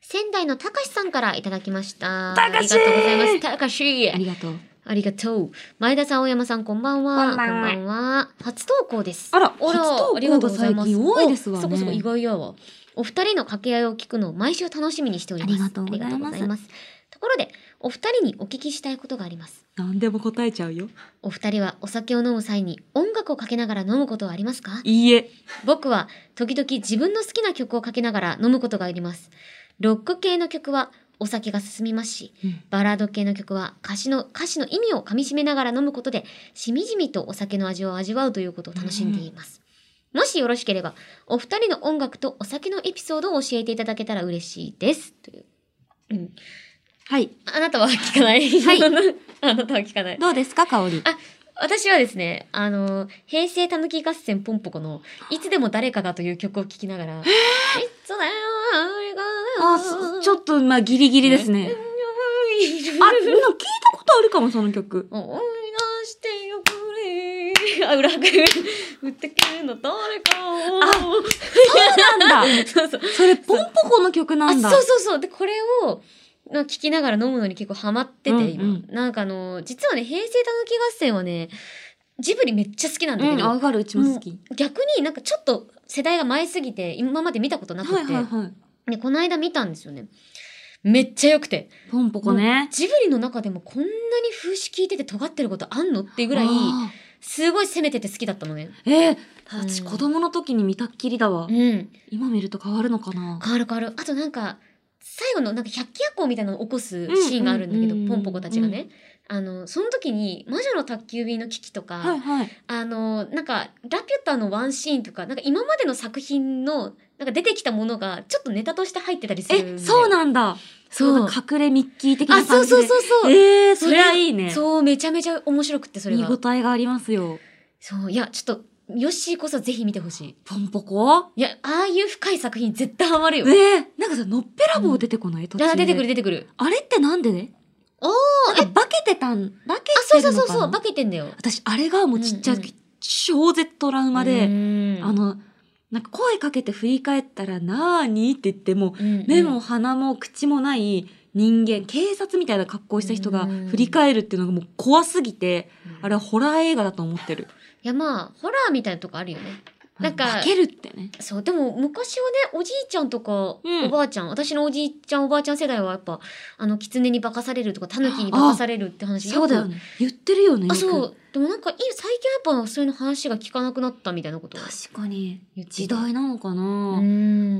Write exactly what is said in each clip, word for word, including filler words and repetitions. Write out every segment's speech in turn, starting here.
仙台のたかしさんからいただきました。 たかしありがとうございます。たかしありがとう。 ありがとう。前田さん、大山さん、こんばんは。 こんばんは。 こんばんは。初投稿です。 あら、 あら初投ありが稿が最とうございます。 近多いですわね。 そこそこ意外やわ。お二人の掛け合いを聞くのを毎週楽しみにしております。 ありがとうございます。 ありがとうございます。ところで、お二人にお聞きしたいことがあります。 何でも答えちゃうよ。 お二人はお酒を飲む際に音楽をかけながら飲むことはありますか？ いいえ。 僕は時々自分の好きな曲をかけながら飲むことがあります。ロック系の曲はお酒が進みますし、 うん、 バラード系の曲は歌詞の歌詞の意味をかみしめながら飲むことでしみじみとお酒の味を味わうということを楽しんでいます。うん、もしよろしければお二人の音楽とお酒のエピソードを教えていただけたら嬉しいですという。うん、 はい。 あなたは聞かない。 はい。 あなたは聞かない。 どうですか、香り。 あ、私はですね、あの、平成たぬき合戦ポンポコの、いつでも誰かがという曲を聴きながら、いつでも誰かが。 あ、ちょっと、まあ、ギリギリですね。あ、なんか聞いたことあるかも、その曲。 思い出してよくれ。あ、裏拍。打ってくるの誰かを。 あ、そうなんだ。 そうそう。 それ、ポンポコの曲なんだ。 あ、そうそうそう。で、これを、聞きながら飲むのに結構ハマってて、うんうん、今。なんかあの、実はね、平成たぬき合戦はね、ジブリめっちゃ好きなんだけど。 うん、上がる、うちも好き。 逆になんかちょっと世代が前すぎて、今まで見たことなくて。はいはいはい。で、この間見たんですよね。めっちゃ良くて。 ポンポコね。 ジブリの中でもこんなに風刺聞いてて尖ってることあんのっていうぐらい、すごい攻めてて好きだったのね。 ええー、私子供の時に見たっきりだわ。 うん。 今見ると変わるのかな？ 変わる変わる。あとなんか、最後のなんか百鬼夜行みたいなのを起こすシーンがあるんだけど、うんうん、ポンポコたちがね、うん、あのその時に魔女の宅急便の危機とか、はいはい、あのなんかラピュタのワンシーンとか、なんか今までの作品のなんか出てきたものがちょっとネタとして入ってたりするんだよ。 え、そうなんだ。そう隠れミッキー的な感じで。 あ、そうそうそうそう。 えー、そりゃいいね。 そう、めちゃめちゃ面白くって、それが見応えがありますよ。 そう、いやちょっとヨッシーこそぜひ見てほしい。 ポンポコ？ いや、ああいう深い作品絶対ハマるよ。 えー、なんかさ、のっぺらぼう出てこない、うん、途中で。 出てくる出てくる。あれってなんでね？ おー、 え、化けてたん、化けてるのかな？あ、そうそうそうそう、化けてんだよ。 私、あれがもうちっちゃい時、うんうん、超絶トラウマで、あの、なんか声かけて振り返ったら、なーにって言っても、うんうん、目も鼻も口もない人間、警察みたいな格好した人が振り返るっていうのがもう怖すぎて、うん、あれはホラー映画だと思ってる。 いやまあ、ホラーみたいなとこあるよね。なんか、 化けるってね。 そう、でも昔はね、おじいちゃんとか、うん、おばあちゃん、私のおじいちゃんおばあちゃん世代はやっぱ、あの、狐に化かされるとか、狸に化かされるって話よく。 そうだよね。言ってるよね。 あ、そう。でもなんか、いい、最近やっぱそういう話が聞かなくなったみたいなことは。 確かに。時代なのかな。うん。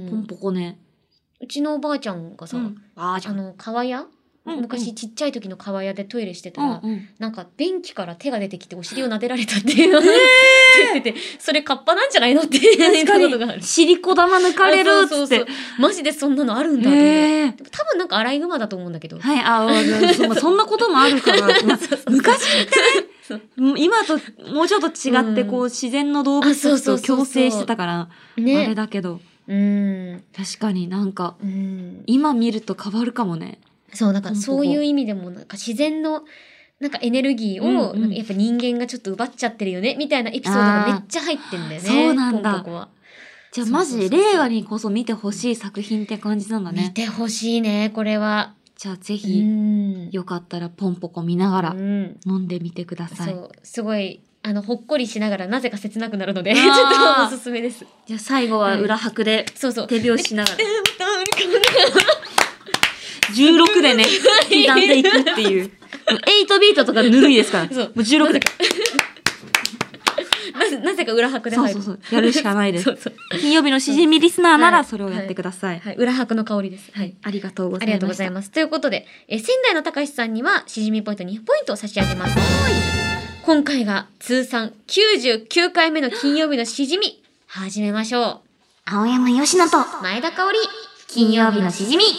ポンポコね。 うちのおばあちゃんがさ、うん、あの、川屋昔ちっちゃい時の川屋でトイレしてたら、うんうん、なんか便器から手が出てきてお尻を撫でられたっていうのを、えー、言ってて、それカッパなんじゃないのって言ったことがある。 尻子玉抜かれるっつって。そうそうそう。 マジでそんなのあるんだって、えー。多分なんかアライグマだと思うんだけど。 はい、あ、そ, そんなこともあるから。まあ、昔ってね、今ともうちょっと違ってこう、うん、自然の動物と共生してたから、ね、あれだけど。うん、確かになんか、うん、今見ると変わるかもね。 そう、なんかそういう意味でもなんか自然のなんかエネルギーをなんかやっぱ人間がちょっと奪っちゃってるよねみたいなエピソードがめっちゃ入ってんだよね。 そうなんだ。 ポンポコは。 じゃあマジ令和にこそ見てほしい作品って感じなんだね。 見てほしいね、これは。 じゃあぜひよかったらポンポコ見ながら飲んでみてください。 そう、すごいあのほっこりしながらなぜか切なくなるのでちょっとおすすめです。 じゃあ最後は裏拍で手拍子しながら。じゅうろくでね、刻んでいくっていう。エイトビートとかぬるいですから。そう。もうじゅうろくで。 なぜ、なぜか裏拍で入る。 そうそうそう。やるしかないです。そうそう。金曜日のしじみリスナーならそれをやってください。 はい。はい、裏拍の香りです。はい。 ありがとうございます。 ありがとうございます。ということで、え仙台のたかしさんにはしじみポイントにポイントを差し上げます。今回が通算きゅうじゅうきゅうかいめの金曜日のしじみ。始めましょう。 青山よしのと前田香織。 金曜日のしじみ。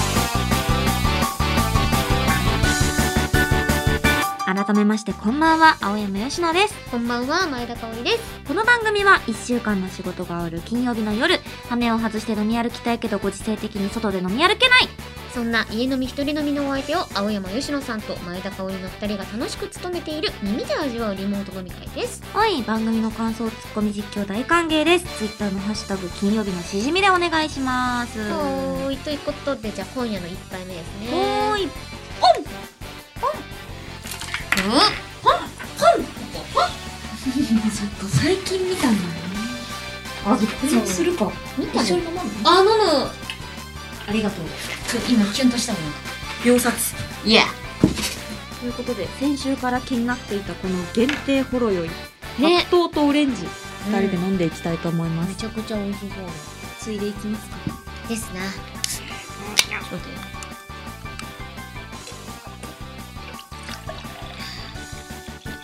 改めましてこんばんは、青山よしのです。 こんばんは、前田香織です。 この番組はいっしゅうかんの仕事が終わる金曜日の夜、羽目を外して飲み歩きたいけどご時世的に外で飲み歩けない、 そんな家飲み一人飲みのお相手を青山佳乃さんと前田香織のふたりが楽しく務めている耳で味わうリモート飲み会です。 はい、番組の感想、ツッコミ実況大歓迎です。ツイッターのハッシュタグ金曜日のしじみでお願いします。 はーい、ということで、じゃあ今夜のいっぱいめですね。 はーい、 ポンポンポンポンポンポンちょっと最近見たんだね。あ、これするか。 見た一緒に飲まない？ あ、飲む。 ありがとう。 今キュンとしたもん。 秒殺。 いや。 ということで、先週から気になっていたこの限定ほろ酔い、 ね、 白桃とオレンジ、ふたりで飲んでいきたいと思います。 めちゃくちゃ美味しそう。 ついでいきますか。 ですな。ちょっと待って。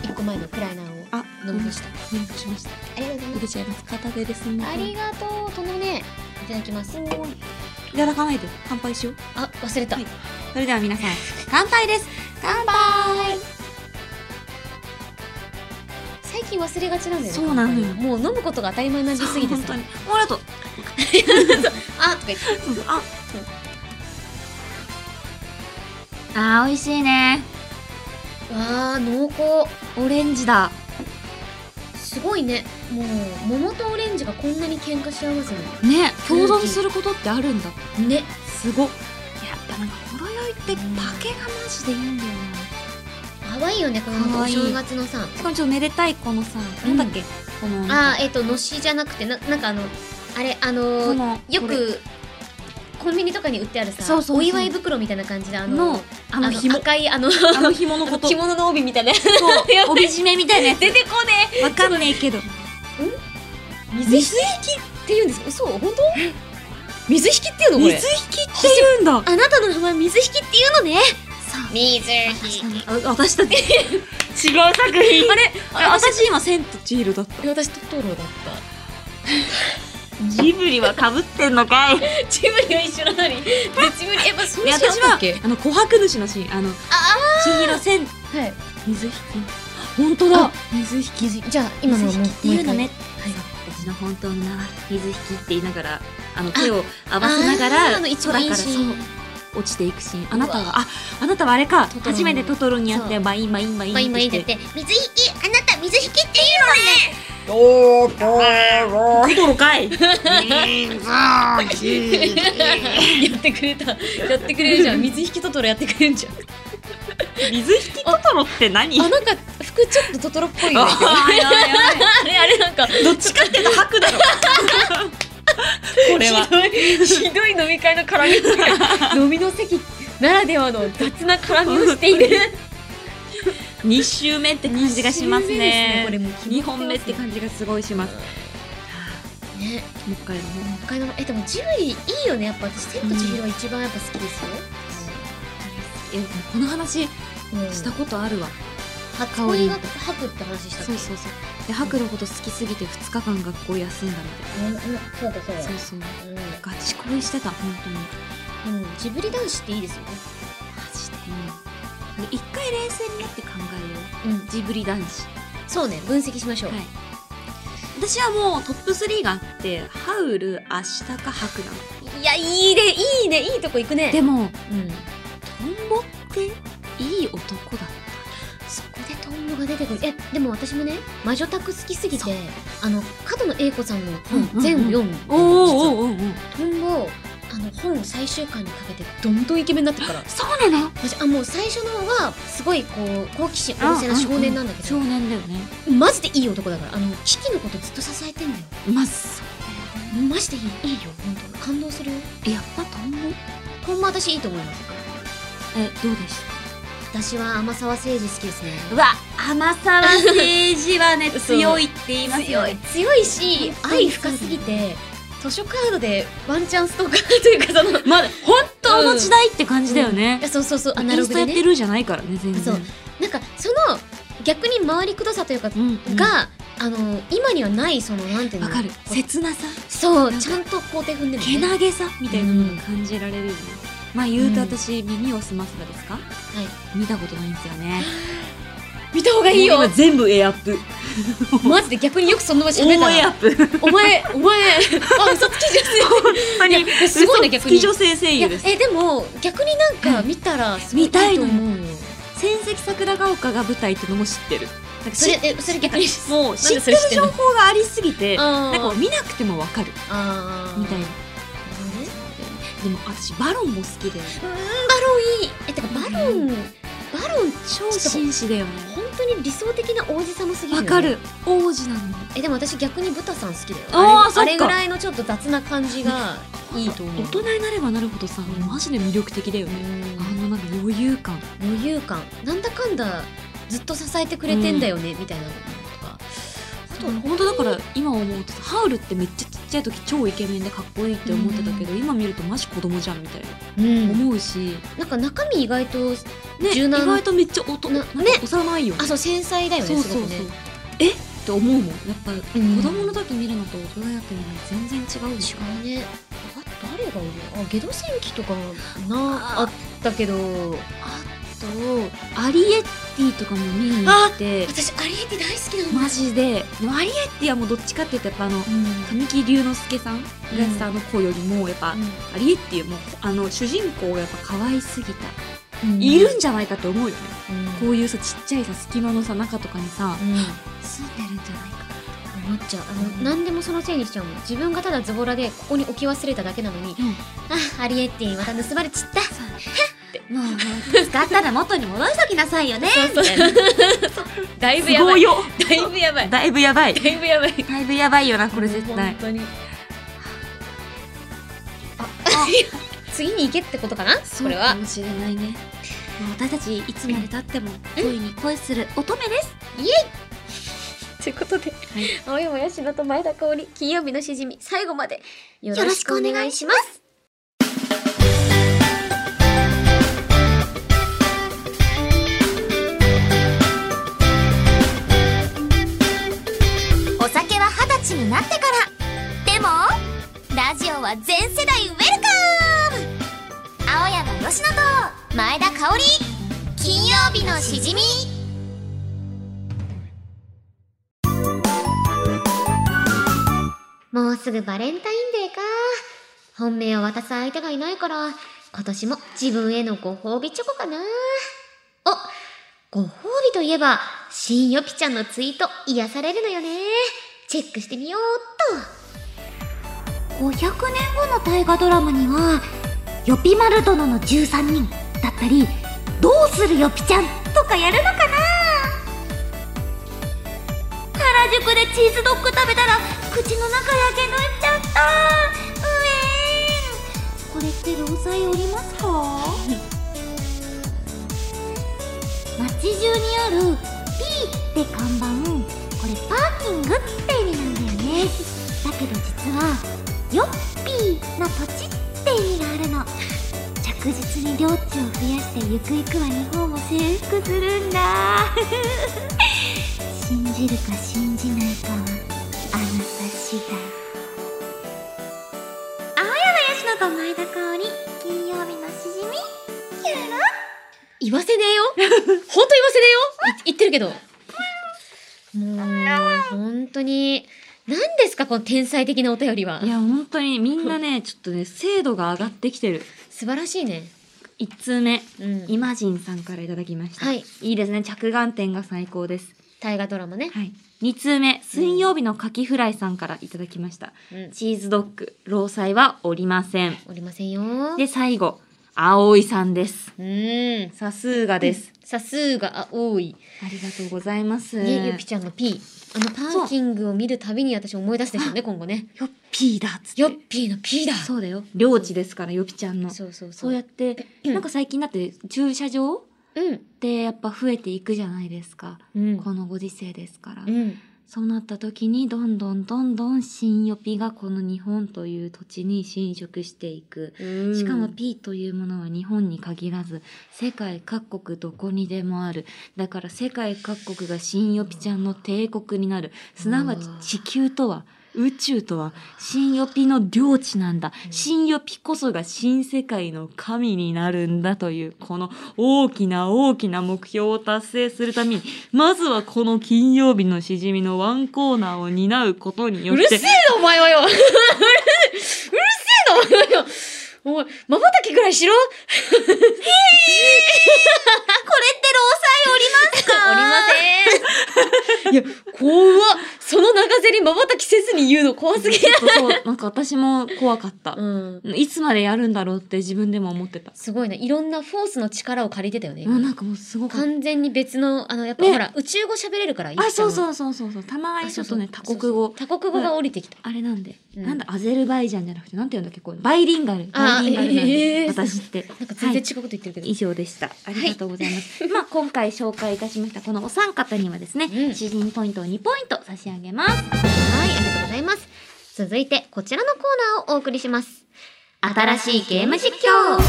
一個前のクライナーをあ、 飲みました。 飲み干しました。 ありがとうございます。 入れちゃいます。片手ですみまあせん。 りがとう。とのね、いただきます。 いただかないで乾杯しよう。 あ、忘れた。 はい、それでは皆さん、乾杯です。 乾杯。最近忘れがちなんだよね。 そうなのよ。 もう飲むことが当たり前になりすぎてさ。 本当に。ありがとう。 あとか言って。 あ、あー、美味しいね。 わー、濃厚。 オレンジだ。 すごいね。もう桃とオレンジがこんなに喧嘩し合いますね。 ね、共存することってあるんだ。 ね、 すごっ。やっぱなんかほろ酔いってパケがマジでいいんだよ可愛いよね、このお正月のさ。 しかもちょっとめでたいこのさ、なんだっけ、このあー、えっとのしじゃなくて、ななんかあのあれあのよくコンビニとかに売ってあるさ、お祝い袋みたいな感じで、あのあの赤いあのあの紐のこと、 着物の帯みたいな、 そう、帯締めみたいなやつ出てこねえ。 わかんねえけど、 水引きって言うんですか？そう、本当？水引きっていうのこれ？ 水引きって言うんだ。 あなたの名前水引きっていうのね。水引き。 私たち違う作品。あれ、私今千と千尋だった。 私トトロだった。 ジブリは被ってんのかい。 ジブリは一緒なのに。ジブリやっぱそうし私はあの琥珀主のシーン、あの千尋千水引き。本当だ。水引き。 じゃあ今の水引きっていうのね。はい。うちの本当の名は水引きって言いながら、あの手を合わせながら空からそう落ちていくシーン。あなたは、あ、あなたはあれか。初めてトトロにやってバインバインバインバインバインって言って、水引き、あなた水引きって言うのね。トトロかい。 やってくれた。やってくれるじゃん。水引きトトロやってくれるじゃん。 水引きトトロって何？ あ、なんか服ちょっとトトロっぽいよね。あれあれなんかどっちかっていうと白だろ。これはひどいひどい飲み会の絡みを飲みの席ならではの雑な絡みをしている。 に週目って感じがしますね。 これもにほんめって感じがすごいします。 ね、 もう一回飲もう。 もう一回飲もう。え、でもジブリいいよね。やっぱ私千と千尋は一番やっぱ好きですよ。 え、この話したことあるわ。 初恋が吐くって話したっけ？ そうそうそう。で、吐くのこと好きすぎてふつかかん学校休んだみたいな。 そうだそうだ。 そうそう。ガチ恋してた、本当に。 うん、ジブリ男子っていいですよね。 マジで。一回冷静になって考えよう。ジブリ男子。 そうね、分析しましょう。 私はもうトップスリーがあって、ハウル、アシタカ、ハクなの。いや、いいね、いいね、いいとこ行くね。 でも、うん、トンボっていい男だった。 そこでトンボが出てくる。え、でも私もね、魔女宅好きすぎて、あの角野栄子さんの本全部読む。 おおおお。 トンボ、あの本最終巻にかけてどんどんイケメンになってるから。 そうなの？ あ、もう最初のはすごいこう好奇心旺盛な少年なんだけど。 少年だよね。 マジでいい男だから、あのキキのことずっと支えてんだよ。 まずそうだよね。マジでいい、いいよ、本当感動するよ。 え、やっぱトンボ？ トンボ私いいと思います。 え、どうでした？ 私は天沢誠治好きですね。 うわ、天沢誠治はね強いって言いますよね。 強いし、愛深すぎて図書カードでワンチャンストーカーというか、そのまだ本当の時代って感じだよね。 そうそうそう、アナログでね。インスタやってるじゃないからね、全然。 そう、なんかその逆に回りくどさというかが、あの今にはないそのなんていうの、 わかる、切なさ、 そう、ちゃんと工程踏んでるね。 けなげさみたいなのが感じられるよね。まあ言うと私、耳をすませばですか、はい、見たことないんですよね。 見た方がいいよ。 今全部エアップ。 マジで逆によくそのまま喋った大エアップ。 お前お前あ嘘つき女性。 本当にすごいね逆に。 嘘つき女性声優です。 えでも逆になんか見たらすごいいいと思うよ。 戦績桜ヶ丘が舞台ってのも知ってる。 それえそれ逆にもう知ってる情報がありすぎて、なんか見なくてもわかるみたいな。でも私バロンも好きで。うんバロンいい。えてかバロンバロン超紳士だよね。 本当に理想的な王子様すぎるよね。 わかる。王子なの。 えでも私逆にブタさん好きだよ。 あああれぐらいのちょっと雑な感じがいいと思う。 大人になればなるほどさ、マジで魅力的だよね。あのなんか余裕感。 余裕感。なんだかんだずっと支えてくれてんだよねみたいなのとか。あと本当だから今思うとさ、ハウルってめっちゃちっちゃい時超イケメンでかっこいいって思ってたけど、今見るとマジ子供じゃんみたいな思うし、 なんか中身意外と柔軟、意外とめっちゃ大人ね、幼いよね。 あそう繊細だよね。 そうそうそう。えって思うもん。やっぱ子供の時見るのと大人やってみるの全然違う。 違うね。あ誰がいる？あゲド戦記とかなあったけど、 あとアリエッティとかも見に行って。 私アリエッティ大好きなのマジで。でもアリエッティはもうどっちかっていうとやっぱあの神木隆之介さんがさの子よりもやっぱアリエッティもあの主人公がやっぱ可愛すぎた。いるんじゃないかと思うよね。こういうさちっちゃいさ隙間のさ中とかにさ住んでるんじゃないか思っちゃう。あの何でもそのせいにしちゃうもん。自分がただズボラでここに置き忘れただけなのに、あアリエッティまた盗まれちった。 もう使ったら元に戻しときなさいよね。 だいぶやばい。だいぶやばい。 だいぶやばい。 だいぶやばい。 だいぶやばいよなこれ絶対。 本当に。あ次に行けってことかな。これは。 かもしれないね。私たちいつまでたっても恋に恋する乙女です。 イエイ。ということで、青山佳乃と前田香織金曜日のしじみ最後までよろしくお願いします。 お酒は二十歳になってから。でもラジオは全世代ウェルカム。青山佳乃と前田香織金曜日のしじみ。 もうすぐバレンタインデーか。本命を渡す相手がいないから今年も自分へのご褒美チョコかな。おご褒美といえば新よぴちゃんのツイート癒されるのよね。チェックしてみようっと。 ごひゃくねんごの大河ドラマにはよぴまる殿のじゅうさんにんだったり、どうするよぴちゃんとかやるのかな。原宿でチーズドッグ食べたら口の中やけどしちゃった。うえーん。これって労災おりますか？街中にある P って看板、これパーキングって意味なんだよね。だけど実はヨッピーの土地って意味があるの。着実に領地を増やしてゆくゆくは日本を征服するんだ。信じるか信じないかはあなた次第。青山佳乃と前田香織金曜日のしじみ。キュルル言わせねえよ。ほんと言わせねえよ。言ってるけど。もう本当に何ですかこの天才的なお便りは。 いや本当にみんなねちょっとね精度が上がってきてる。 素晴らしいね。 いち通目、 うん、 イマジンさんからいただきました。 はい。 いいですね。着眼点が最高です。 大河ドラマね。 はい。に通目、水曜日のカキフライさんからいただきました。 うん、 チーズドッグ、労災はおりません。 おりませんよ。 で、最後、葵さんです。 うん。 さすがです。 さすが葵。 ありがとうございます。 ね、ゆぴちゃんの P。あのパーキングを見るたびに私思い出すでしょうね、今後ね。 よっぴーだっつって。 よっぴーの P だ。 そうだよ。領地ですから、よぴちゃんの。 そうそうそう。 そうやって、なんか最近だって駐車場うん。 ってやっぱ増えていくじゃないですか。 うん。 このご時世ですから。 うん。 そうなった時にどんどんどんどん新よぴがこの日本という土地に侵食していく。しかも P というものは日本に限らず世界各国どこにでもある。だから世界各国が新よぴちゃんの帝国になる。すなわち地球とは宇宙とは新予備の領地なんだ。新予備こそが新世界の神になるんだという、この大きな大きな目標を達成するために、まずはこの金曜日のしじみのワンコーナーを担うことによって。 うるせえなお前はようるせえなお前はよおい、まばたきぐらいしろこれって労災おりますかおりませんいや、怖っその長ゼリまばたきせずに言うの怖すぎるそう、なんか私も怖かった、うん、いつまでやるんだろうって自分でも思ってた。 すごいな、いろんなフォースの力を借りてたよね。 うん、なんかもうすごく完全に別の、あの、やっぱ、ね、ほら、宇宙語喋れるからいい。 あ、そうそうそうそうそう、たまにちょっとね、多国語。 多国語が降りてきた。 あれなんで、うん、なんだ、アゼルバイジャンじゃなくて、なんて言うんだっけ、こう、バイリンガル。バイリンガルなんで、えー、私って。 なんか全然違うこと言ってるけど、はい。 以上でした。ありがとうございます。はい、まあ、今回紹介いたしましたこのお三方にはですね、うん、詩人ポイントをにポイント差し上げます。はい、 ありがとうございます。続いてこちらのコーナーをお送りします。新しいゲーム実況。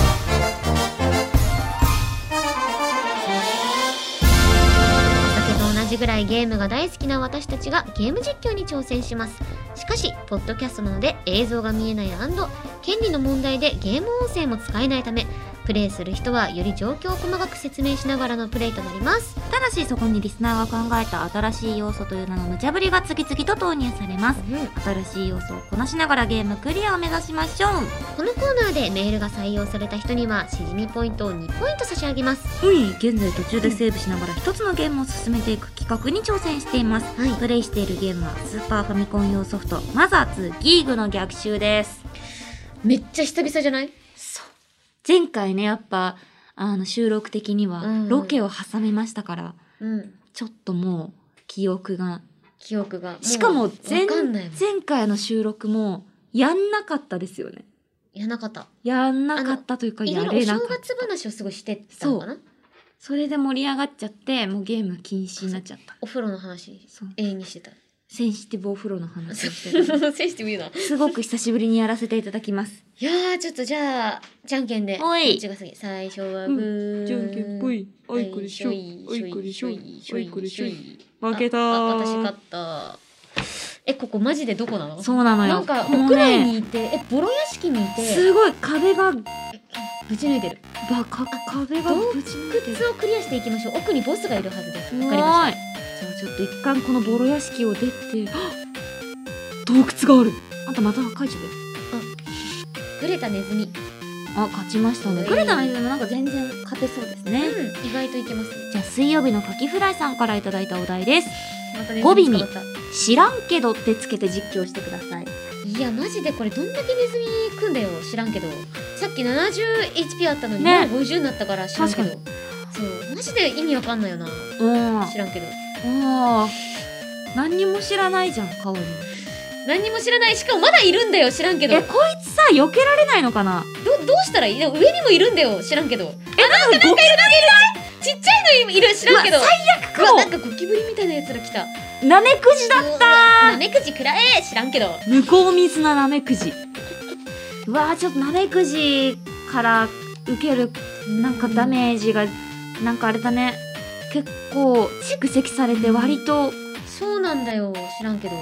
同じぐらいゲームが大好きな私たちがゲーム実況に挑戦します。しかしポッドキャストなので映像が見えない&権利の問題でゲーム音声も使えないため、プレイする人はより状況を細かく説明しながらのプレイとなります。 ただしそこにリスナーが考えた新しい要素という名の無茶ぶりが次々と投入されます、うん、新しい要素をこなしながらゲームクリアを目指しましょう。 このコーナーでメールが採用された人にはしじみポイントをにポイント差し上げます。 うん、現在途中でセーブしながら一つのゲームを進めていく企画に挑戦しています、はい、プレイしているゲームはスーパーファミコン用ソフトマザーツーギーグの逆襲です。 めっちゃ久々じゃない？ そう、前回ねやっぱあの収録的にはロケを挟みましたから、うん、ちょっともう記憶が記憶がしかも 前, 前回の収録もやんなかったですよね。 やんなかったやんなかったというかやれなかった。 お正月話をすごいしてたのかな。 そ, それで盛り上がっちゃってもうゲーム禁止になっちゃった。 お風呂の話永遠にしてた。 センシティブお風呂の話をしてたセンシティブ言うな。 すごく久しぶりにやらせていただきます。 いやーちょっとじゃあじゃんけんでおいどっちが先。最初はグー、 うん、じゃんけんぽい。あいこでしょ、あいこでしょ、あいこでしょ。負けたー。 あ、私勝った。え、ここマジでどこなの？ そうなのよ。 なんか屋内にいて、え、ボロ屋敷にいてすごい壁がぶち抜いてる。 ばか壁がぶち抜いてる。 洞窟をクリアしていきましょう。奥にボスがいるはずです。 わかりました。じゃあちょっと一貫このボロ屋敷を出て洞窟がある。あんたまた書いちゃうよ。 あ、グレタネズミ。 あ、勝ちましたね。グレタネズミもなんか全然勝てそうですね。 うん、意外といけます。 じゃあ水曜日のカキフライさんからいただいたお題です。語尾に知らんけどってつけて実況してください。 いやマジでこれどんだけネズミ食うんだよ。知らんけど。さっき ななじゅうエイチピー あったのに、ね、もうごじゅうになったから知らんけど。そうマジで意味わかんないよな。知らんけど。ああ、 何にも知らないじゃん顔に。 何にも知らない。しかもまだいるんだよ。知らんけど。 え、こいつさ避けられないのかな。 どどうしたらいい？上にもいるんだよ。知らんけど。え、なんかなんかいるなんかいる。ちっちゃいのいる。知らんけど。 最悪かも。 なんかゴキブリみたいなやつら来た。 ナメクジだったー。 ナメクジくらえ。知らんけど。 向こう水なナメクジ。うわー、ちょっとナメクジから受けるなんかダメージがなんかあれだね。結構蓄積されて割と、 そうなんだよ。知らんけど。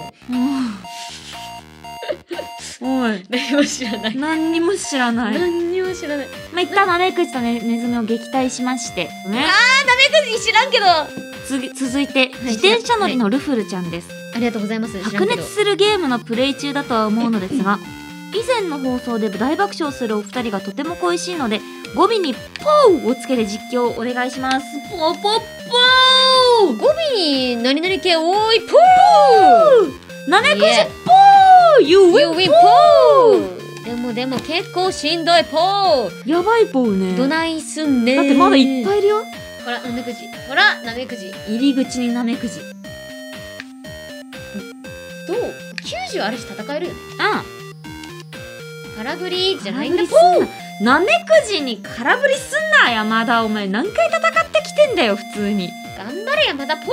おい、 何も知らない。 何にも知らない。 何にも知らない。 まあ、一旦ナメクジとねネズミを撃退しまして、ね、 あーナメクジ知らんけど。 次続いて自転車乗りのルフルちゃんです。 ありがとうございます。 白熱するゲームのプレイ中だとは思うのですが以前の放送で大爆笑するお二人がとても恋しいので語尾にポーをつけて実況をお願いします。 ポポポー。語尾に何々系おいポー。 ナメクジポー。You win ポー。でもでも結構しんどいポー。 やばいポーね。 どないすんね。 だってまだいっぱいいるよ。 ほらナメクジ。ほらナメクジ。 入り口にナメクジ。 どう？きゅうじゅうあるし戦えるよね。 うん。 空振りじゃないんだ。ポー。ナメクジに空振りすんな山田。お前何回戦ってきてんだよ普通に。 頑張れ山田ポー。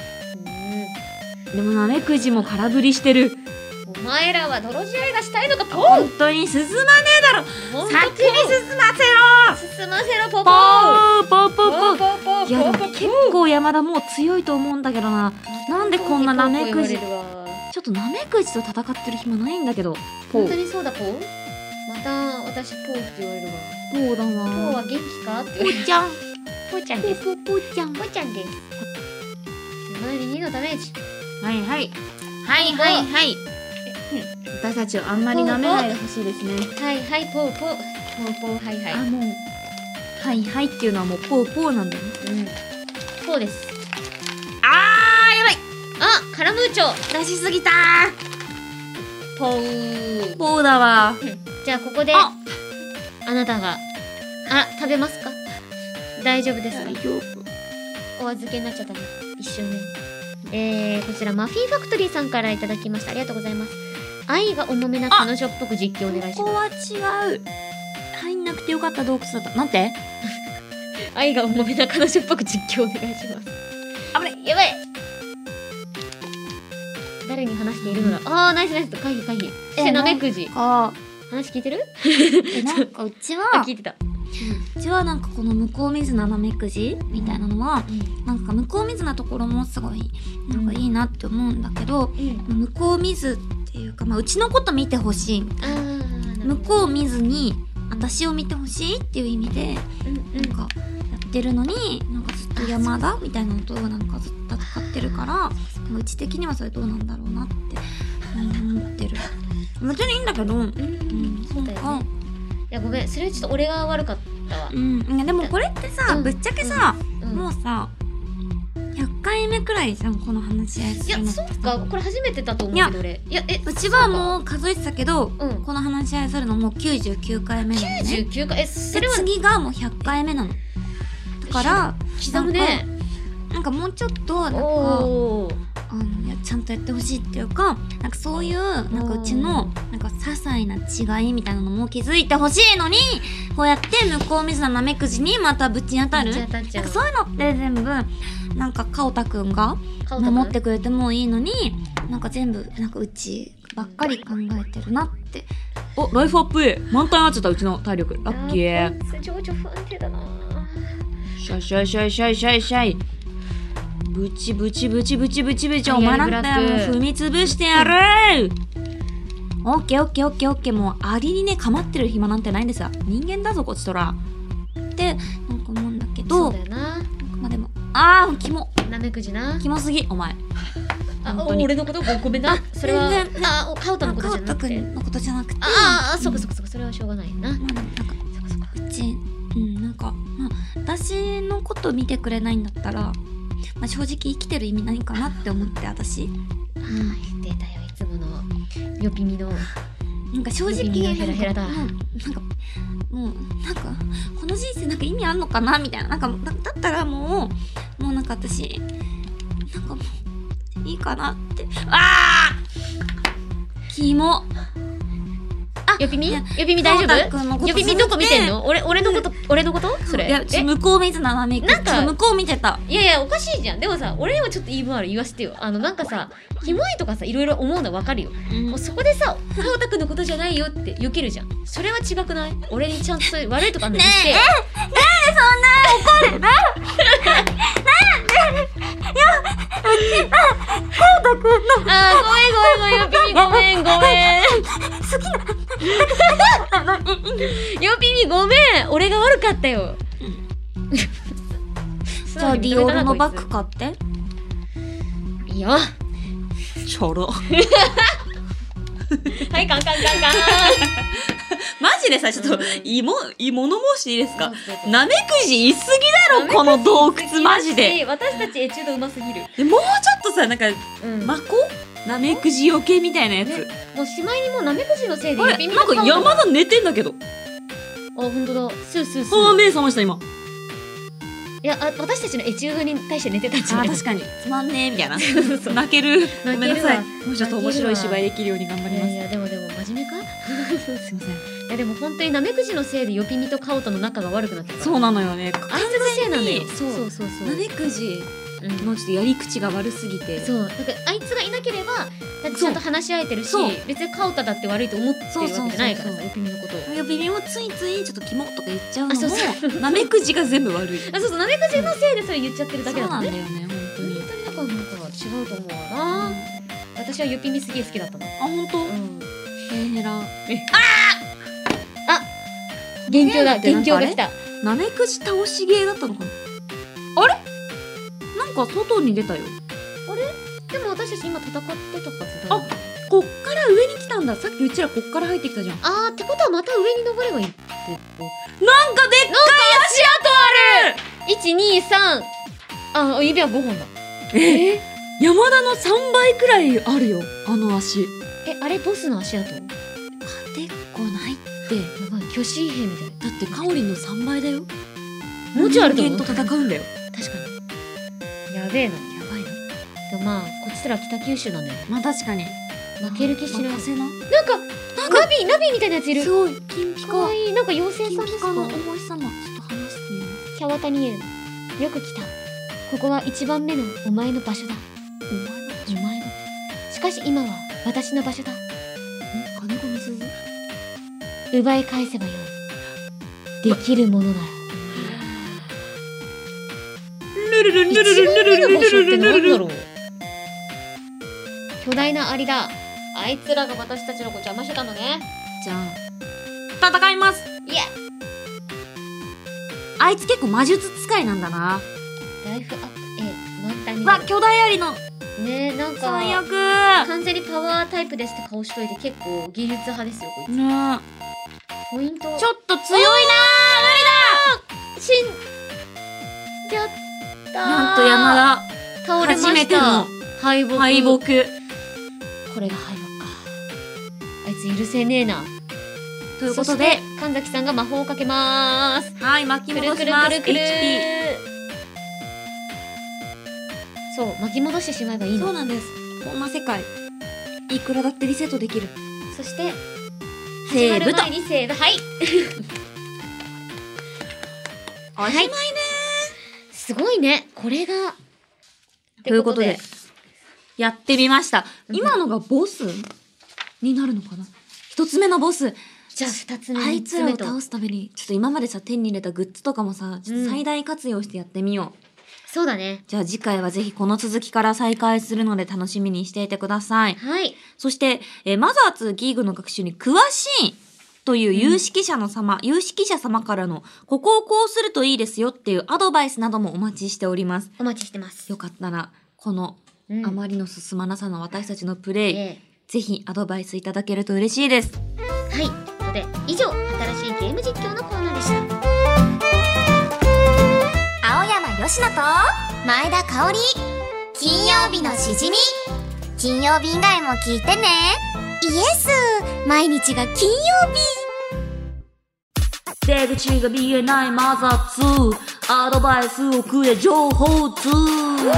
でもナメクジも空振りしてる。 お前らは泥仕合がしたいのかポー。 本当に進まねえだろ。先に進ませろ。 進ませろポポーポーポーポーポー。 いやでも結構山田もう強いと思うんだけどな。なんでこんなナメクジちょちょっとナメクジと戦ってる暇ないんだけど。ポー。 本当にそうだポー。また私ポーって言われるわ。 ポーだわ。 ポーは元気かってポーちゃん。 ポーちゃんです。 ポーポーちゃん。 ポーちゃんです。前ににのダメージ。 はいはいはいはいはい。私たちをあんまり舐めないでほしいですね。 はいはいポーポーポーポーはいはい。 あもうはいはいっていうのはもうポーポーなんだよね。 うん。ポーです。 あーやばい。 あカラムーチョ出しすぎたー。ポー。 ポーだわ。 じゃあここでああなたがあ食べますか。大丈夫ですか。 大丈夫。 お預けになっちゃったね一瞬ね。えー、こちらマフィーファクトリーさんからいただきました。ありがとうございます。愛が重めな彼女っぽく実況お願いします。 ここは違う。入んなくてよかった洞窟だった。なんて愛が重めな彼女っぽく実況お願いします。 あぶねやばい。誰に話しているのだ。あーナイスナイス回避回避。そしてナメクジ。 あ話聞いてる。 えなんかうちはあ聞いてた。 うちはなんかこの向こう水菜ナメクジみたいなのは、なんか向こう水なところもすごいなんかいいなって思うんだけど、 うん、 向こう水っていうか、まあ、うちのこと見てほしい。 あー向こう見ずに私を見てほしいっていう意味でうんなんかやってるのに、なんかずっと山田みたいなのとなんかずっと戦ってるから、うち的にはそれどうなんだろうなって思ってる。別にいいんだけど、うん、 うんそうだよね。いやごめんそれはちょっと俺が悪かったわ。 うん、いやでもこれってさ、 うんぶっちゃけさ、 うんもうさひゃっかいめくらいじゃんこの話し合いすいやるの。 そっかこれ初めてだと思うけど俺。いやえうちはもう数えてたけど、 うんこの話し合いするのもうきゅうじゅうきゅうかいめなのね。 きゅうじゅうきゅうかいえそれはで次がもうひゃっかいめなの。だから刻むね。 なんかもうちょっとなんかおーあのいやちゃんとやってほしいっていうか、なんかそういうなんかうちのなんか些細な違いみたいなのも気づいてほしいのに、こうやって向こう水のナメクジにまたぶち当たる。 ぶち当たっちゃうなんかそういうのって全部なんかかおたくんが顔とか守ってくれてもいいのに、なんか全部なんかうちばっかり考えてるなって。 お、ライフアップ A 満タンになっちゃったうちの体力。ラッキー。 こいつ情緒不安定だな。 シャイシャイシャイシャイシャイシャイ。ブチブチブチブチブチブチ。お前なんだよ、もう踏みつぶしてやる。オッケーオッケーオッケーオッケー。もうアリにね構ってる暇なんてないんですよ。人間だぞこっちとら。 ってなんか思うんだけそど、 うだよな。 まあでもあーキモナメクジな。 キモすぎお前。 あ本当に俺のことごめんな。それは全然あカウタのことじゃなくて。 かおたくんのことじゃなくて。 ああそっかそっかそっかそれはしょうがないな。 まあでもなんかうちうんなんかまあ私のこと見てくれないんだったら、まあ、正直生きてる意味ないかなって思って私。 うん出たよいつものよぴみの。 なんか正直指がヘラヘラだなんかもうなんかもうなんかこの人生なんか意味あんのかなみたいな、なんかだだったらもうもうなんか私なんかもういいかなって。あーキモ。 よぴみいやよぴみ大丈そうたくんの夫。 ことよぴみどこ見てんの。俺俺のこと俺のことそれ。 いやえ向こう見ずななめくなんか向こう見てた。 いやいやおかしいじゃん。でもさ俺にもちょっと言い分ある言わせてよ。あのなんかさキモいとかさいろいろ思うのわかるよ。もうそこでさカオタくんのことじゃないよって避けるじゃん。それは違くない。俺にちゃんとそういう悪いとかあんのにして。 ねえなんでそんな怒るななんでいやうちはカオタくんのあーごめんごめんごめんよぴみごめんごめん。 好きなのによぴみごめん俺が悪かったよ。 じゃあディオールのバッグ買って。 いいよ。 ちょろ。 はいカンカンカンカン。 マジでさ、ちょっとうんいもい物申していいですかそうそうそう。 ナメクジいすぎだろこの洞窟マジで。 私たちエチュードうますぎる。 でもうちょっとさ、なんかうん。 マコナメクジよけみたいなやつ。 ねもうしまいにもうナメクジのせいであれなんか山田寝てんだけど。 あ本当だスースースああー。 目覚ました今。 いやあ私たちのエチュードに対して寝てたんじゃない。 あー確かにつまんねえみたいな。 そうそう泣ける。ごめんなさい。 泣けるわもうちょっと面白い芝居できるように頑張ります。 いやいやでもでも真面目か。 すいません。 いやでも本当にナメクジのせいでヨピミとカオタの仲が悪くなってるから。 そうなのよね。 あいつのせいなんだよ。 そうそうそうそう。 ナメクジうんのちょっとやり口が悪すぎて。 そうだからあいつがいなければだってちゃんと話し合えてるしそう別にカオタだって悪いと思ってるわけじゃないからそうそうそうそうさヨピミのことを。 いやビビもついついちょっとキモとか言っちゃうのあもそうそうナメクジが全部悪い。 あそうそうナメクジのせいでそれ言っちゃってるだけそうだもんね。 なんだよね本当に。 本当にだからなんか違うと思うわな。 私はゆぴみすげえ好きだったな。 あ、ほんと？ うん。 ヘンヘラ。 えあ元凶だ、元凶が来た。 なめくじ倒しゲーだったのかな。あれなんか外に出たよ。 あれでも私たち今戦ってたはずだ。 あ、こっから上に来たんだ。さっきうちらこっから入ってきたじゃん。 あーってことはまた上に登ればいいってこと。 なんかでっかい足跡ある。 いち、に、さん。あ、指はごほんだ。 えー、山田のさんばいくらいあるよ、あの足。 え、あれボスの足跡？ 勝てっこないって。 やばい、巨神兵みたい。 だってカオリンのさんばいだよ。 もうちょいあると思う。 人間と戦うんだよ。 確かに。やべえな。やばいな。でもまあ、こっちら北九州なんだよね。 まあ確かに。 負ける気しない。 任せな。 なんか、ナビ、ナビみたいなやついる。 すごい、金ピカ。 かわいい。なんか妖精さんですか？ 金ピカのお星様。ちょっと話してみます。 キャワタニエン。よく来た。ここは一番目のお前の場所だ。 お前のお前の。しかし今は私の場所だ。 ん金子みすず。 奪い返せばよい。できるものなら。 ルルルルルルルルルルルルルル。 巨大なアリだ。あいつらが私たちの子邪魔してたのね。 じゃあ戦います。 いや。 あいつ結構魔術使いなんだな。 ライフアップ、え、満タンに。 わ、巨大アリの。 ねえ、なんか最悪。 完全にパワータイプですって顔しといて結構技術派ですよこいつ。 ねポイント。 ちょっと強いなー。 死んじゃった。 なんと山田倒れました。 初めての敗北。 敗北。 これが敗北か。あいつ許せねえな。 ということで神崎さんが魔法をかけまーす。 はい、巻きくるく戻します。 るくるくるエイチピー。 そう巻き戻してしまえばいいの。 そうなんです。こんな世界いくらだってリセットできる。 そしてセーブと始まる前にセーブ。はいおしまいねー。すごいねこれが。 ということでやってみました。 うん今のがボスになるのかな。一つ目のボス。 じゃあ二つ目あいつらを三つ目と倒すためにちょっと今までさ手に入れたグッズとかもさちょっと最大活用してやってみよう。 そうだね。 じゃあ次回はぜひこの続きから再開するので楽しみにしていてください。 はい。 そして、えーマザーツギーグの学習に詳しいという有識者の様、有識者様からのここをこうするといいですよっていうアドバイスなどもお待ちしております。 お待ちしてます。 よかったらこのうんあまりの進まなさの私たちのプレイ、 えぜひアドバイスいただけると嬉しいです。 えはい。ということで以上新しいゲーム実況のコーナーでした。 青山よしのと前田香織、金曜日のしじみ。金曜日以外も聞いてね。イエス、毎日が金曜日。 出口が見えないマザーツー、アドバイスをくれ情報ツー。 エムシー 香り エーケー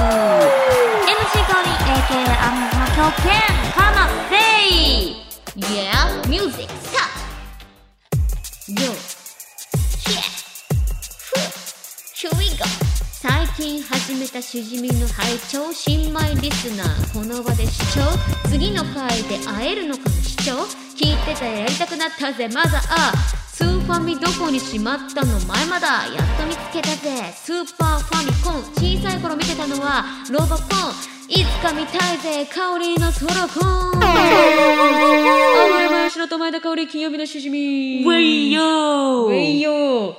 アンナ狂犬かなせい。 Yeah, music start. Yo, yeah, here we go. 最近始めたしじみの拝聴、新米リスナーこの場で視聴、次の回で会えるのかの視聴、聞いてたらやりたくなったぜマザー。スーファミどこにしまったの前まだ、やっと見つけたぜスーパーファミコン。小さい頃見てたのはロボコン、いつか見たいぜ香りのソロコン。青山よしのと前田香織、金曜日のしじみ。 ウェイヨーウェイヨー。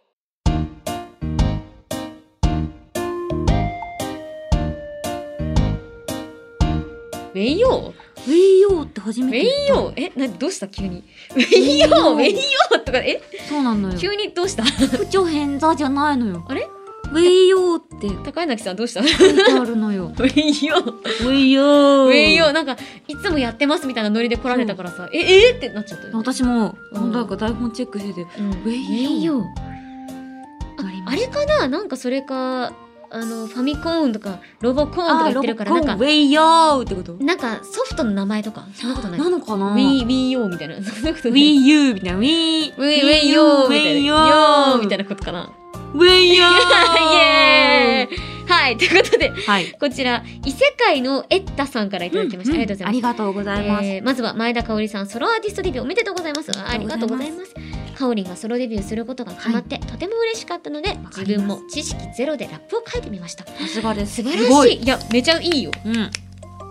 ウェイヨーウェイヨーって初めてウェイ言った。 ヨーえ、な、どうした急に。ウェイヨーウェイヨーとか、えそうなのよ。 急にどうした不調変座じゃないのよ。 あれウェイヨーって高柳さんどうしたウ書いてあるのよ。 ェイヨーウェイヨー。 ウェイヨーなんか、いつもやってますみたいなノリで来られたからさ、え、えーってなっちゃったよ。 私も、 うんなんか台本チェックしてて、 うんウェイヨーーああれかななんかそれか、あの、ファミコーンとか、ロボコーンとか言ってるから、なんかロボコンウ、ェイヨーってことなんかソフトの名前とか、そんなことない。 なのかな。 ウィー、ウィーヨーみたいな。そんなことウない。 ィーユーみたいな。ウィー。 ウィー、ウェイヨーみたいな。 ウェイヨヨーーみたいなことかな。 ウェイヨーイエーイはい、ということで、 はい。 こちら、異世界のエッタさんからいただきました。ありがとうございます。 ありがとうございます。 えーまずは前田香織さんソロアーティストデビューおめでとうございます。ありがとうございます。香織がソロデビューすることが決まって、とても嬉しかったのでかります自分も知識ゼロでラップを書いてみました。 さすがです。 素晴すごい。 らしい。いやめちゃいいよ。 うん。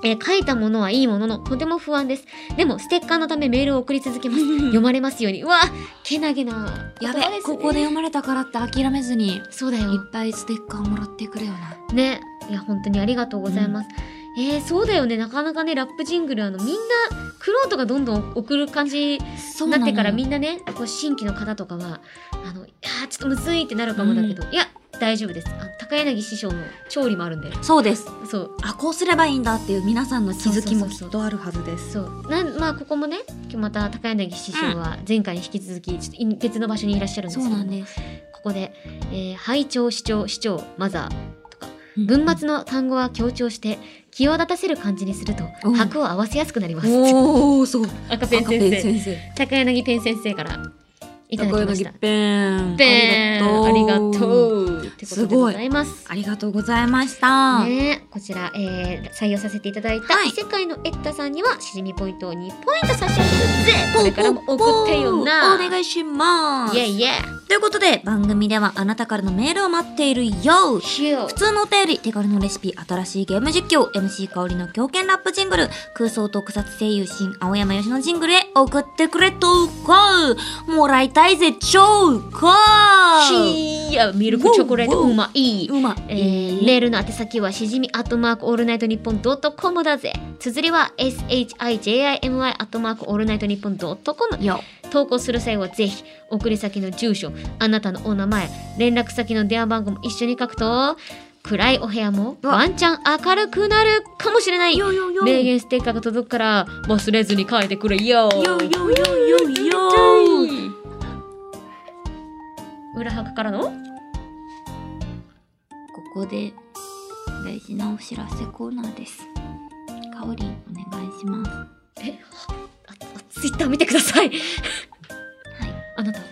えー書いたものはいいもののとても不安です。でもステッカーのためメールを送り続けます。読まれますように。うわけなげな言やべ葉ですね。 ここで読まれたからって諦めずにそうだよいっぱいステッカーもらってくれよな。 ね。いや本当にありがとうございます。えー、そうだよね。なかなかねラップジングルあのみんなクロートがどんどん送る感じそうなってからみんんなねこう新規の方とかはあのいやーちょっとむずいってなるかもだけど、いや大丈夫です。あ高柳師匠の調理もあるんで。 そうです。 そうあこうすればいいんだっていう皆さんの気づきもそうそうそうきっとあるはずです。 そうなんまあここもね今日また高柳師匠は前回に引き続きちょっとい別の場所にいらっしゃるんですそけどもうなんです。 ここで、えー、拝聴視聴視聴マザーとかうん文末の単語は強調して気を立たせる感じにするとおう拍を合わせやすくなります。 おおそう。 赤ペン赤ペン先生先生。 高柳ペン先生からいただきました。 ペン。 ペンありがとうってことでございます。 ありがとうございました。 ね、こちら、えー採用させていただいたはい異世界のエッタさんにはしじみポイントをにポイント差し上げるぜ。これからも送ってよな。 お願いします。 イェイイェイ。 ということで番組ではあなたからのメールを待っているよ。 ヒュ普通のお便り、手軽のレシピ、新しいゲーム実況、エムシー 香りの狂犬ラップジングル、空想特撮声優新青山吉野ジングルへ送ってくれとかもらいたいぜちょうかーいやミルクチョコレートうまい。 うまえー、メールの宛先はしじみアットマークオールナイトニッポンドットコムだぜ。綴りは エスエイチアイジェイアイエムワイ アットマークオールナイトニッポンドットコム。 よ。 投稿する際はぜひ送り先の住所、あなたのお名前、連絡先の電話番号も一緒に書くと暗いお部屋もワンチャン明るくなるかもしれない。 よよよ。 名言ステッカーが届くから忘れずに書いてくれよ。 よよよよよ。 裏拍からのここで大事なお知らせコーナーです。かおりんお願いします。 えああツイッター見てください。 はい。 あなたは、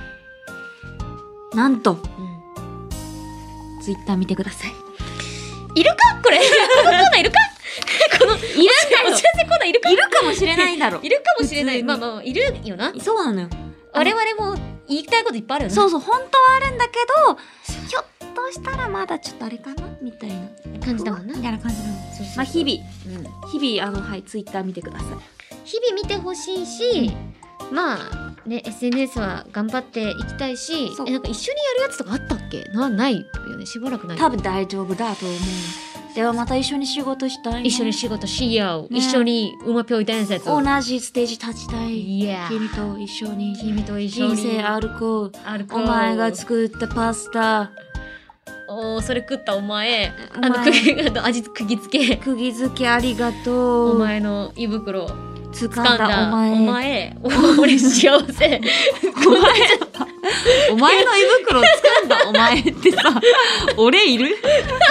なんとうん、 ツイッター見てください。 いるかこれこのコーナーいるかこのいるんだよ。お知らせコーナーいるかいるかもしれないだろいるかもしれない。 普通にまあまあいるよな。 そうなのよ。 我々も言いたいこといっぱいあるよな。 そうそう、本当はあるんだけど、ひょっとしたらまだちょっとあれかなみたいな感じだもんな。 みたいな感じなの。 そうそうそうまあ日々、 うん日々、あの、はい、ツイッター見てください。 日々見てほしいし、まあね エスエヌエス は頑張っていきたいし、 そうえなんか一緒にやるやつとかあったっけ？なないよね。しばらくない。 多分大丈夫だと思う。ではまた一緒に仕事したいな。 一緒に仕事しよう。 ね一緒にうまぴょい伝説。 同じステージ立ちたい。 いや。 君と一緒に。 君と一緒に。 人生歩こう。 歩こう。 お前が作ったパスタ。 おーそれ食ったお前。 お前あの釘あの味釘付け。 釘付けありがとう。 お前の胃袋掴ん掴んだだお前。 お前。俺幸せ。 お前お前の胃袋掴んだお前ってさ、俺いる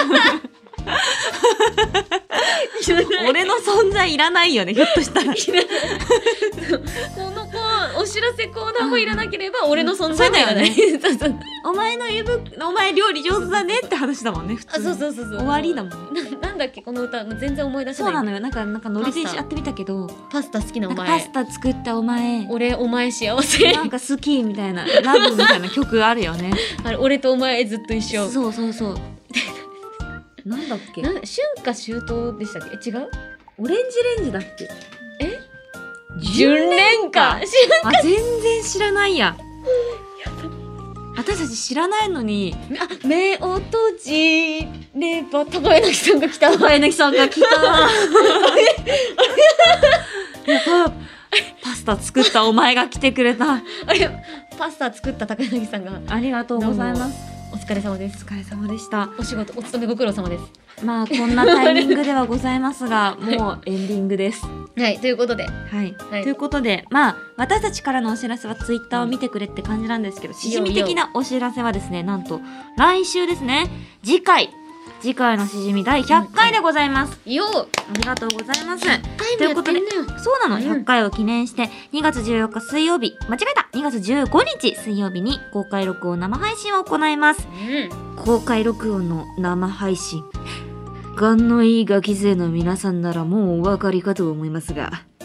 俺の存在いらないよね、ひょっとしたら。 この子お知らせコーナーもいらなければ俺の存在もいらない。そうそうそうお前の胃袋、お前料理上手だねって話だもんね、普通あに。 そうそうそうそう。 終わりだもんね。 ななんだっけこの歌もう全然思い出せない。 そうなのよ。なんか、なんかノリでパスタやってみたけど、 パスタ好きなおなんか前。 パスタ作ったお前、 俺お前幸せ。 なんか好きみたいな、ラブみたいな曲あるよね。 あれ俺とお前ずっと一緒。 そうそうそう。なんだっけなん春夏秋冬でしたっけ？え違う？ オレンジレンジだっけ純恋歌。 あ、全然知らないや。私たち知らないのに、 あ目を閉じれば高柳さんが来た。 高柳さんが来た。やっぱパスタ作ったお前が来てくれた。 あれパスタ作った高柳さんがありがとうございます。 お疲れ様ですお。疲れ様でした。 お仕事お勤めご苦労様です。 まあこんなタイミングではございますが、もうエンディングです。 はいということで。 はい。 はいということで、まあ私たちからのお知らせはツイッターを見てくれって感じなんですけど、しじみ的なお知らせはですね、なんと来週ですね。次回次回のしじみだいひゃっかいでございます。 ようありがとうございます。 タイムやってんのよ。 そうなの、 うんひゃっかいを記念してにがつじゅうよっか水曜日、間違えたにがつじゅうごにち水曜日に公開録音生配信を行います。 うん。 公開録音の生配信。勘のいいガキ勢の皆さんならもうお分かりかと思いますが、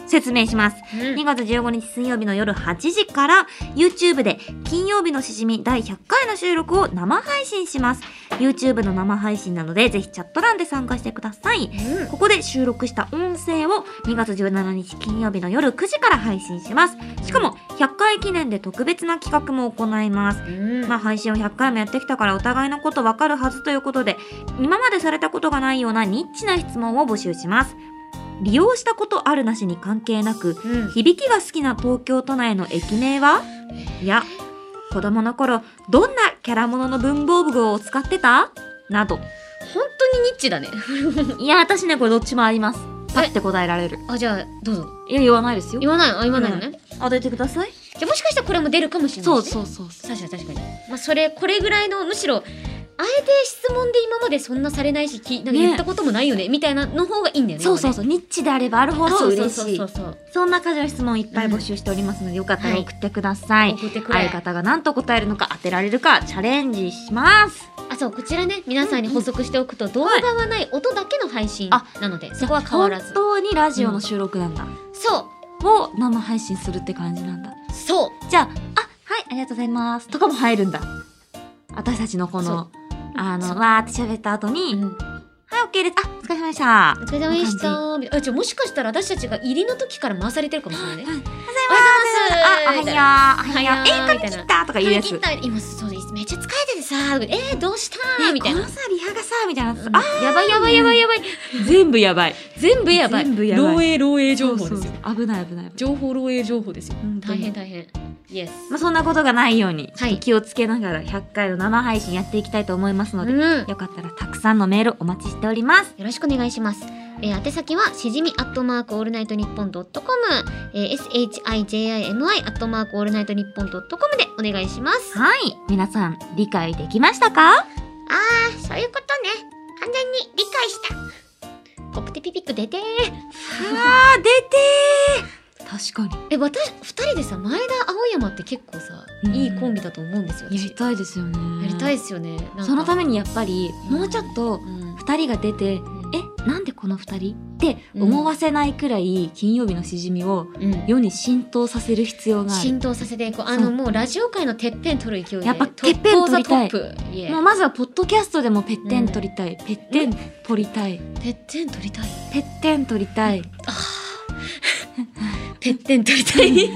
説明します。 うんにがつじゅうごにち水曜日の夜はちじから YouTube で金曜日のしじみだいひゃっかいの収録を生配信します。 YouTube の生配信なのでぜひチャット欄で参加してください。 うんここで収録した音声をにがつじゅうしちにち金曜日の夜くじから配信します。しかもひゃっかい記念で特別な企画も行います。 うんまあ配信をひゃっかいもやってきたからお互いのことわかるはずということで、今までされたことがないようなニッチな質問を募集します。利用したことあるなしに関係なく、 うん響きが好きな東京都内の駅名は、いや子供の頃どんなキャラものの文房具語を使ってたなど。 本当にニッチだね。 いや私ねこれどっちもあります。パッて答えられる。 あ、じゃあどうぞ。 いや言わないですよ。 言わないの？あ、言わないのね。 当ててください。 じゃあもしかしたらこれも出るかもしれないそうしね。 そうそうそう。 確かに確かに。まあそれこれぐらいのむしろあえて質問で今までそんなされないし、きなんか言ったこともないよねみたいなの方がいいんだよね。 そうそうそう。ニッチであればあるほど嬉しい。 そうそうそうそうそんな感じの質問いっぱい募集しておりますので、よかったら送ってください。 送ってくれ。 相方が何と答えるのか当てられるかチャレンジします。 あ、そう、こちらね、皆さんに補足しておくと、動画はない音だけの配信あなので、そこは変わらず。 本当にラジオの収録なんだ。 そを生配信するって感じなんだ。 うそうじゃあ、あ、はい、ありがとうございます。とかも入るんだ。私たちのこその、あそうの、わーって喋った後に、 うんはい、オッケーです。あ、お疲れ様でした。 お疲れ様でしたみたいな。あ、じゃあもしかしたら私たちが入りの時から回されてるかもしれないね。 はいおはようございますあ、おみたいなはよう。おはよう。え、髪切ったとか言うやつ。 髪切った今そうです。めっちゃ疲れててさ、えー、どうしたえみたいな。 このさ、リハがさ、みたいな。 あ、やばいやばいやばいやばい。 全部やばい。 全部やばい。 全部やばい漏洩漏洩情報ですよ。 そうそう危ない危ない危ない。 情報漏洩情報ですよ。 本当に大変大変。イエス。 まあ、そんなことがないように、ちょはいっと気をつけながらひゃっかいの生配信やっていきたいと思いますので、 うん。 よかったらたくさんのメールお待ちしております。 よろしくお願いします。えー、宛先はしじみアットマークオールナイトニッポンドットコム、えー、エスエイチアイジェイアイエムアイ アットマークオールナイトニッポンドットコムでお願いします。 はい。皆さん、理解できましたか？ あー、そういうことね。完全に理解した。 ポップテピピック出てー。 あー、出てー確かに。 え、私二人でさ、前田青山って結構さ、 うんいいコンビだと思うんですよ。 やりたいですよね。 やりたいですよね。なんかそのためにやっぱり、もうちょっとうんふたりが出て、え、なんでこのふたりって思わせないくらい金曜日のしじみをうん世に浸透させる必要がある。 浸透させていこう。あそうのもうラジオ界のてっぺん取る勢いで。 やっぱてっぺん取りたいトップオブザトップイエーもうまずはポッドキャストでもペッテン取りたい。ペッテン取りたい。 てっぺん取りたい。 ペッテン取りたい。 てっぺん取りたい。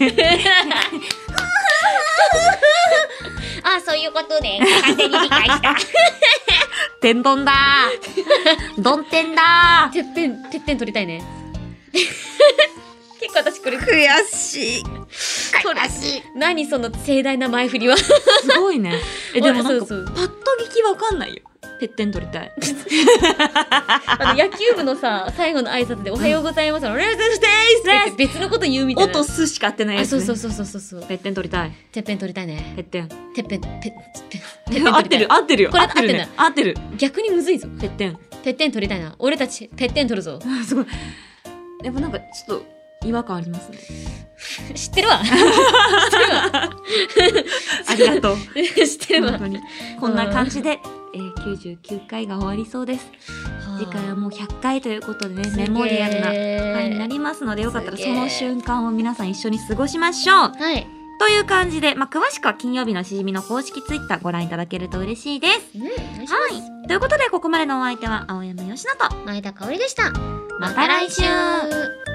あー、そういうことね。完全に理解した。 天丼だーどん天だーてっぺん、てっぺん取りたいね。結構私これ悔しい。 悔しい。何その盛大な前振りは。 すごいね。え、でもなんか、 そうそうパッと聞きわかんないよ。ペッテン取りたい。 あの野球部のさ、最後の挨拶でおはようございます。レーズステイスって言って別のこと言うみたいな。 音すしか合ってないやあ、 つ、ね。 そうそうそうそうそうそう。 ペッテン取りたい。 てっぺん取りたいね。 ペッテン。 てっぺん、てっぺん、てっぺん合ってる合ってるよ。 これ合ってるね。合ってる。 逆にむずいぞ。 ペッテン。 てっぺん取りたいな。俺たち、てっぺん取るぞ。 あすごい。でもなんかちょっと違和感ありますね。 知ってるわ。知ってるわ。 ありがとう。 知ってるわ。 本当に。こんな感じで、えー、きゅうじゅうきゅうかいが終わりそうです。次回はもうひゃっかいということでね、メモリアルな回になりますので、よかったらその瞬間を皆さん一緒に過ごしましょう。 はい。 という感じで、まあ、詳しくは金曜日のしじみの公式ツイッターご覧いただけると嬉しいです。 うん、お願いしはます。 い。ということで、ここまでのお相手は青山よしのと、 前田香織でした。 また来週。